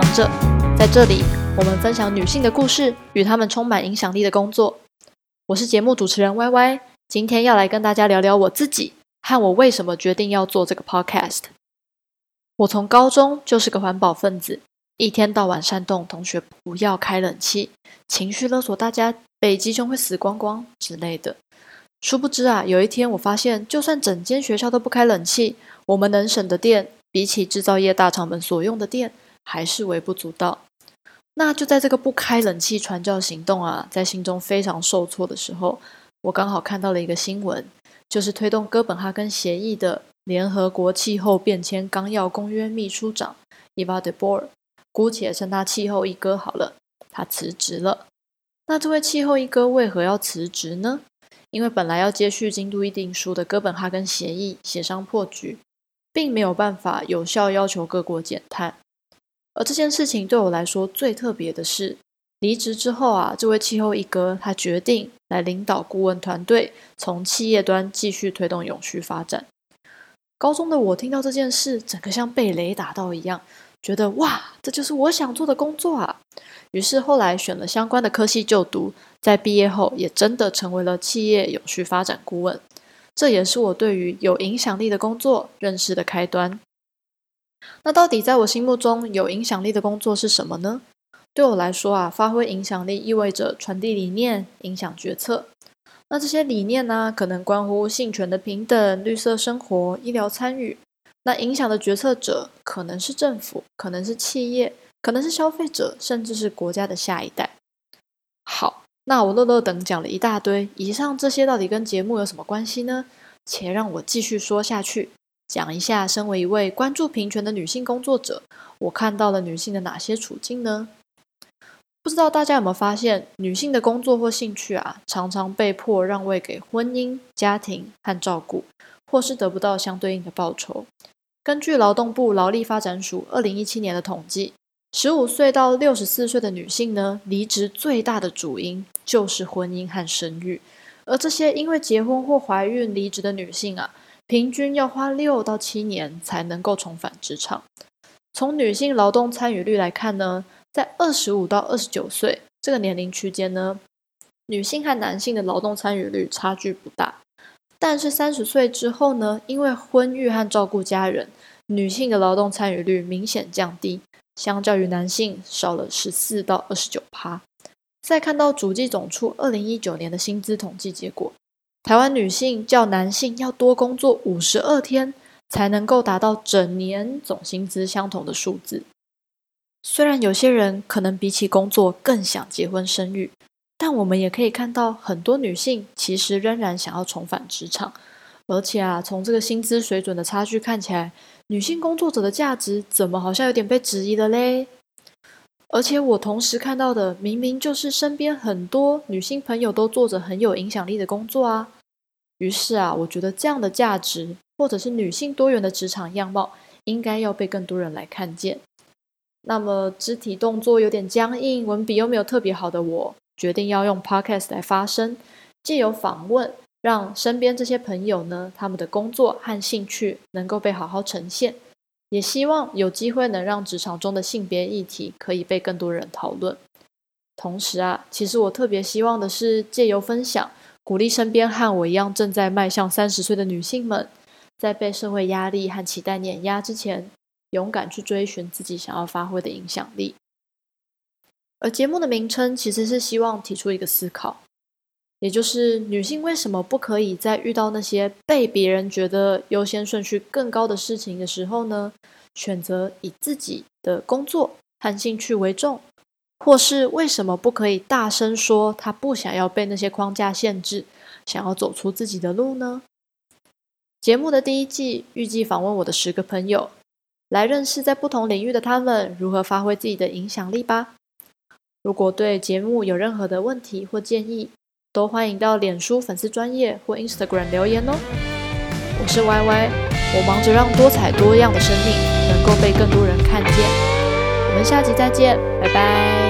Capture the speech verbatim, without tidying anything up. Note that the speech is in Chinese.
者，在这里我们分享女性的故事与她们充满影响力的工作。我是节目主持人 Y Y， 今天要来跟大家聊聊我自己和我为什么决定要做这个 podcast。 我从高中就是个环保分子，一天到晚煽动同学不要开冷气，情绪勒索大家北极熊会死光光之类的。殊不知啊，有一天我发现就算整间学校都不开冷气，我们能省的电比起制造业大厂们所用的电还是微不足道。那就在这个不开冷气传教行动啊，在心中非常受挫的时候，我刚好看到了一个新闻，就是推动哥本哈根协议的联合国气候变迁纲要公约秘书长 Eva de Boer， 姑且称他气候一哥好了，他辞职了。那这位气候一哥为何要辞职呢？因为本来要接续京都议定书的哥本哈根协议协商破局，并没有办法有效要求各国减碳。而这件事情对我来说最特别的是，离职之后啊，这位气候一哥他决定来领导顾问团队，从企业端继续推动永续发展。高中的我听到这件事，整个像被雷打到一样，觉得哇，这就是我想做的工作啊！于是后来选了相关的科系就读，在毕业后也真的成为了企业永续发展顾问。这也是我对于有影响力的工作认识的开端。那到底在我心目中有影响力的工作是什么呢？对我来说啊，发挥影响力意味着传递理念，影响决策。那这些理念呢，可能关乎性权的平等、绿色生活、医疗参与。那影响的决策者可能是政府，可能是企业，可能是消费者，甚至是国家的下一代。好，那我乐乐等讲了一大堆，以上这些到底跟节目有什么关系呢？且让我继续说下去，讲一下身为一位关注平权的女性工作者，我看到了女性的哪些处境呢？不知道大家有没有发现，女性的工作或兴趣啊，常常被迫让位给婚姻、家庭和照顾，或是得不到相对应的报酬。根据劳动部劳力发展署二零一七年的统计，十五岁到六十四岁的女性呢，离职最大的主因就是婚姻和生育。而这些因为结婚或怀孕离职的女性啊，平均要花六到七年才能够重返职场。从女性劳动参与率来看呢，在二十五到二十九岁这个年龄区间呢，女性和男性的劳动参与率差距不大。但是三十岁之后呢，因为婚育和照顾家人，女性的劳动参与率明显降低，相较于男性少了 百分之十四到二十九。再看到主计总处二零一九年的薪资统计结果，台湾女性较男性要多工作五十二天，才能够达到整年总薪资相同的数字。虽然有些人可能比起工作更想结婚生育，但我们也可以看到很多女性其实仍然想要重返职场。而且啊，从这个薪资水准的差距看起来，女性工作者的价值怎么好像有点被质疑了嘞？而且我同时看到的明明就是身边很多女性朋友都做着很有影响力的工作啊。于是啊，我觉得这样的价值，或者是女性多元的职场样貌，应该要被更多人来看见。那么肢体动作有点僵硬，文笔又没有特别好的我，决定要用 podcast 来发声，藉由访问，让身边这些朋友呢，他们的工作和兴趣能够被好好呈现。也希望有机会能让职场中的性别议题可以被更多人讨论。同时啊，其实我特别希望的是藉由分享，鼓励身边和我一样正在迈向三十岁的女性们，在被社会压力和期待碾压之前，勇敢去追寻自己想要发挥的影响力。而节目的名称其实是希望提出一个思考，也就是女性为什么不可以在遇到那些被别人觉得优先顺序更高的事情的时候呢，选择以自己的工作和兴趣为重，或是为什么不可以大声说她不想要被那些框架限制，想要走出自己的路呢？节目的第一季预计访问我的十个朋友，来认识在不同领域的他们如何发挥自己的影响力吧。如果对节目有任何的问题或建议，都欢迎到脸书粉丝专页或 Instagram 留言哦。我是 Y Y， 我忙着让多彩多样的生命能够被更多人看见。我们下集再见，拜拜。